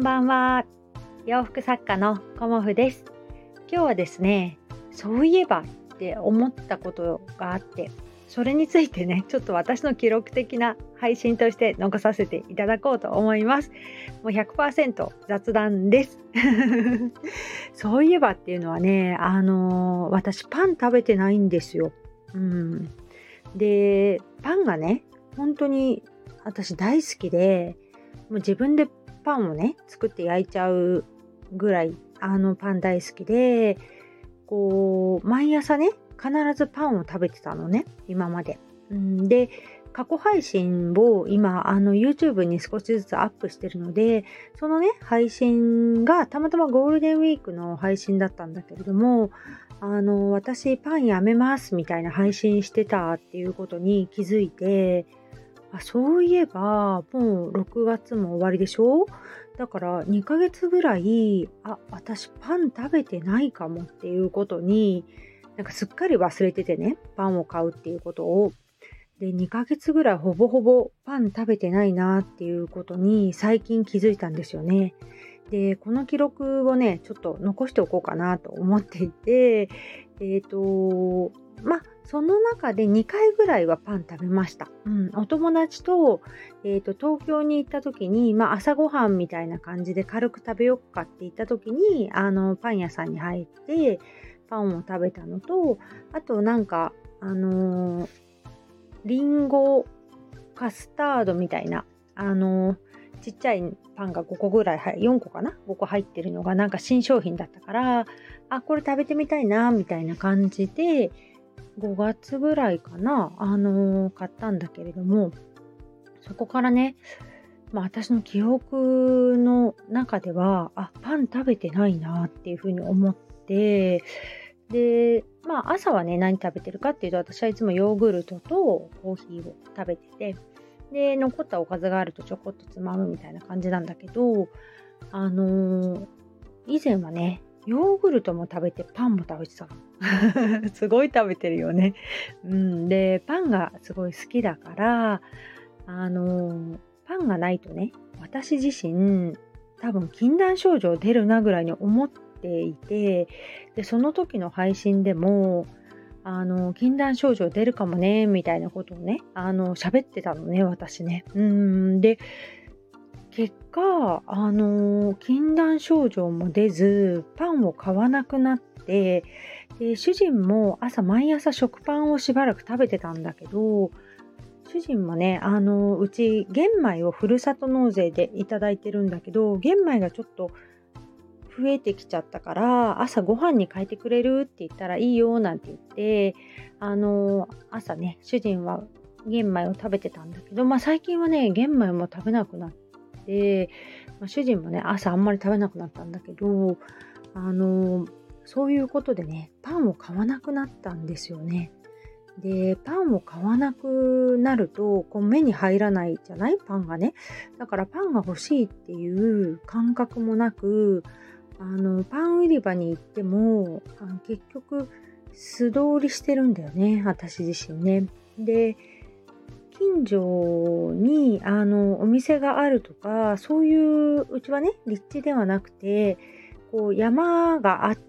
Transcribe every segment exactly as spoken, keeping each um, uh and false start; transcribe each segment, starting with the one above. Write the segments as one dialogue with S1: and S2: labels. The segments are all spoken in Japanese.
S1: ばんは。洋服作家のコモフです。今日はですね、そういえばって思ったことがあって、それについてね、ちょっと私の記録的な配信として残させていただこうと思います。もう ひゃくパーセント 雑談です。そういえばっていうのはね、あのー私パン食べてないんですよ。うん。で、パンがね、本当に私大好きで、もう自分でパンをね、作って焼いちゃうぐらい、あのパン大好きで、こう、毎朝ね、必ずパンを食べてたのね、今まで。うんで、過去配信を今、あの YouTube に少しずつアップしてるので、そのね、配信がたまたまゴールデンウィークの配信だったんだけれども、あの、私パンやめますみたいな配信してたっていうことに気づいて、あ、そういえば、もうろくがつも終わりでしょ。だからにかげつぐらい、あ、私パン食べてないかもっていうことに、なんかすっかり忘れててね、パンを買うっていうことを。で、にかげつぐらいほぼほぼパン食べてないなっていうことに最近気づいたんですよね。で、この記録をね、ちょっと残しておこうかなと思っていて、えっと、まあ、その中でにかいぐらいはパン食べました。うん、お友達と、えっと、東京に行った時に、まあ、朝ごはんみたいな感じで軽く食べよっかって言った時に、あの、パン屋さんに入って、パンを食べたのと、あとなんか、あのーリンゴカスタードみたいな、あのーちっちゃいパンがごこぐらい入よんこかなごこ入ってるのがなんか新商品だったから、あ、これ食べてみたいなみたいな感じでごがつぐらいかな、あのー買ったんだけれども、そこからね、まあ、私の記憶の中では、あ、パン食べてないなっていうふうに思って、で、まあ朝はね、何食べてるかっていうと、私はいつもヨーグルトとコーヒーを食べてて、で、残ったおかずがあるとちょこっとつまむみたいな感じなんだけど、あのー以前はね、ヨーグルトも食べてパンも食べてたの。すごい食べてるよね。うん、で、パンがすごい好きだから、あのーパンがないとね、私自身、多分禁断症状出るなぐらいに思っていて、で、その時の配信でも、あの、禁断症状出るかもね、みたいなことをね、あの、喋ってたのね、私ね。うーん、で、結果、あの、禁断症状も出ず、パンを買わなくなって、で、主人も朝毎朝食パンをしばらく食べてたんだけど、主人もね、あの、うち玄米をふるさと納税でいただいてるんだけど、玄米がちょっと増えてきちゃったから、朝ご飯に変えてくれるって言ったらいいよなんて言って、あの、朝ね、主人は玄米を食べてたんだけど、まあ最近はね、玄米も食べなくなって、まあ、主人もね、朝あんまり食べなくなったんだけど、あの、そういうことでね、パンを買わなくなったんですよね。で、パンを買わなくなると、こう目に入らないじゃないパンがね。だからパンが欲しいっていう感覚もなく、あの、パン売り場に行っても、あの結局、素通りしてるんだよね、私自身ね。で、近所に、あの、お店があるとか、そういう、うちはね、立地ではなくて、こう、山があって、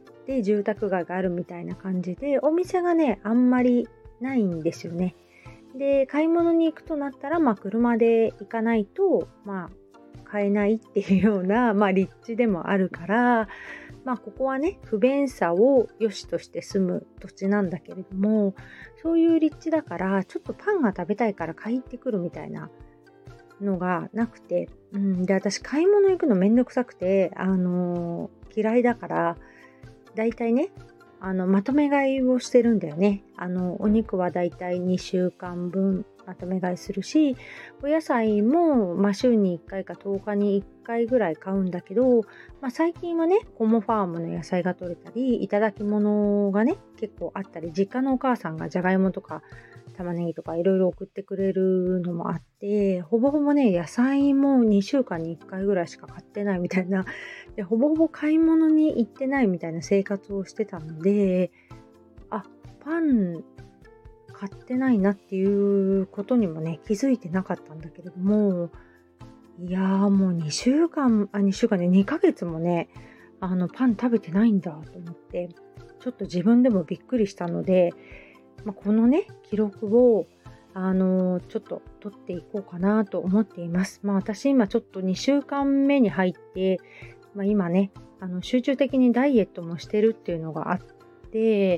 S1: 住宅街があるみたいな感じで、お店がね、あんまりないんですよね。で、買い物に行くとなったら、まあ、車で行かないと、まあ、買えないっていうような、まあ、立地でもあるから、まあ、ここはね、不便さを良しとして住む土地なんだけれども、そういう立地だから、ちょっとパンが食べたいから買いに行ってくるみたいなのがなくて、うん、で、私、買い物行くのめんどくさくて、あのー嫌いだから、だいたいね、あの、まとめ買いをしてるんだよね。あの、お肉はだいたいにしゅうかんぶんまとめ買いするし、お野菜も、まあ、週にいっかいかとおかにいっかいぐらい買うんだけど、まあ、最近はね、コモファームの野菜が取れたり、いただき物がね、結構あったり、実家のお母さんがじゃがいもとか玉ねぎとかいろいろ送ってくれるのもあって、ほぼほぼね、野菜もにしゅうかんにいっかいぐらいしか買ってないみたいな、でほぼほぼ買い物に行ってないみたいな生活をしてたので、あ、パン買ってないなっていうことにもね、気づいてなかったんだけれども、 いやーもうにしゅうかん、あ、にしゅうかんでにかげつもね、あのパン食べてないんだと思って、ちょっと自分でもびっくりしたので、まあ、このね、記録を、あのーちょっと取っていこうかなと思っています。まあ私今ちょっとにしゅうかんめに入って、まあ、今ね、あの集中的にダイエットもしてるっていうのがあって、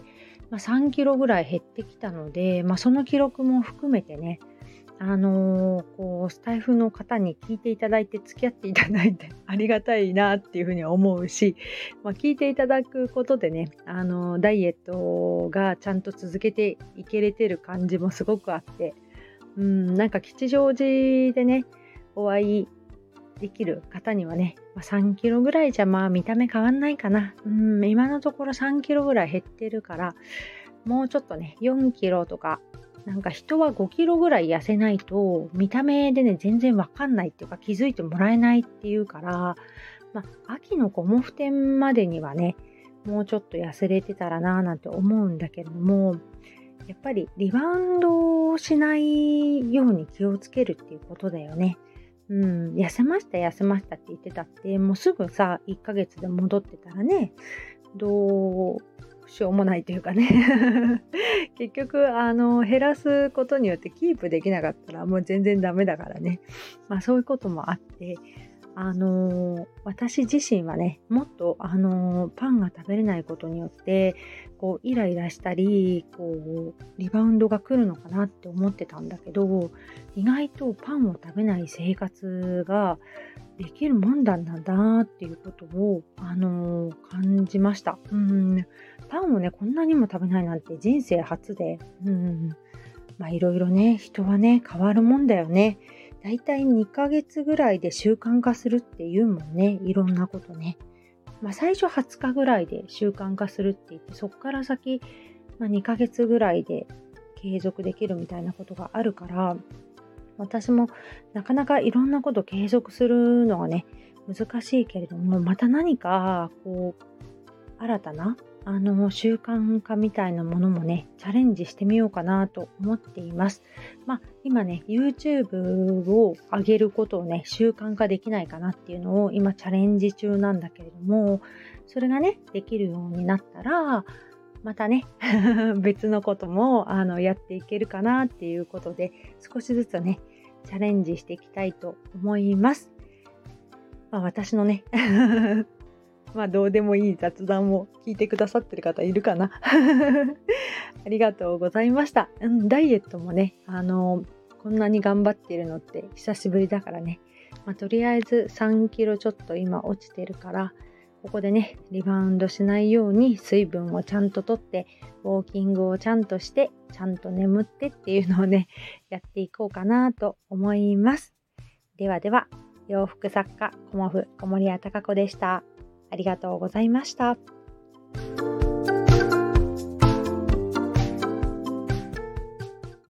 S1: まあ、さんキロぐらい減ってきたので、まあ、その記録も含めてね、あのーこうスタイフの方に聞いていただいて付き合っていただいてありがたいなっていうふうに思うし、まあ、聞いていただくことでね、あのーダイエットがちゃんと続けていけれてる感じもすごくあって、うん、なんか吉祥寺でねお会いできる方にはね、まあ、さんキロぐらいじゃまあ見た目変わんないかな。うん、今のところさんキロぐらい減ってるから、もうちょっとねよんキロとか、なんか人はごキロぐらい痩せないと見た目でね全然わかんないっていうか気づいてもらえないっていうから、まあ、秋のコモフ展までにはねもうちょっと痩せれてたらなぁなんて思うんだけれども、やっぱりリバウンドしないように気をつけるっていうことだよね。うん、痩せました痩せましたって言ってたって、もうすぐさいっかげつで戻ってたらね、どうしようもないというかね結局あの減らすことによってキープできなかったらもう全然ダメだからね。まあそういうこともあって、あのー私自身はねもっと、あのーパンが食べれないことによってこうイライラしたりこうリバウンドが来るのかなって思ってたんだけど、意外とパンを食べない生活ができるもんだんだなっていうことを、あのー感じました。うんパンをねこんなにも食べないなんて人生初で、うんまあいろいろね人はね変わるもんだよね。だいたいにかげつぐらいで習慣化するっていうもんね、いろんなことね。まあ最初はつかぐらいで習慣化するって言って、そこから先、まあ、にかげつぐらいで継続できるみたいなことがあるから、私もなかなかいろんなこと継続するのがね、難しいけれども、また何かこう、新たなあの習慣化みたいなものもねチャレンジしてみようかなと思っています。まあ今ね YouTube を上げることをね習慣化できないかなっていうのを今チャレンジ中なんだけれども、それがねできるようになったらまたね別のこともあのやっていけるかなっていうことで、少しずつねチャレンジしていきたいと思います。まあ、私のねまあどうでもいい雑談を聞いてくださってる方いるかなありがとうございました。うん、ダイエットもね、あのこんなに頑張っているのって久しぶりだからね、まあ、とりあえずさんキロちょっと今落ちてるから、ここでねリバウンドしないように水分をちゃんととって、ウォーキングをちゃんとして、ちゃんと眠ってっていうのをねやっていこうかなと思います。ではでは、洋服作家コモフ小森屋隆子でした。ありがとうございました。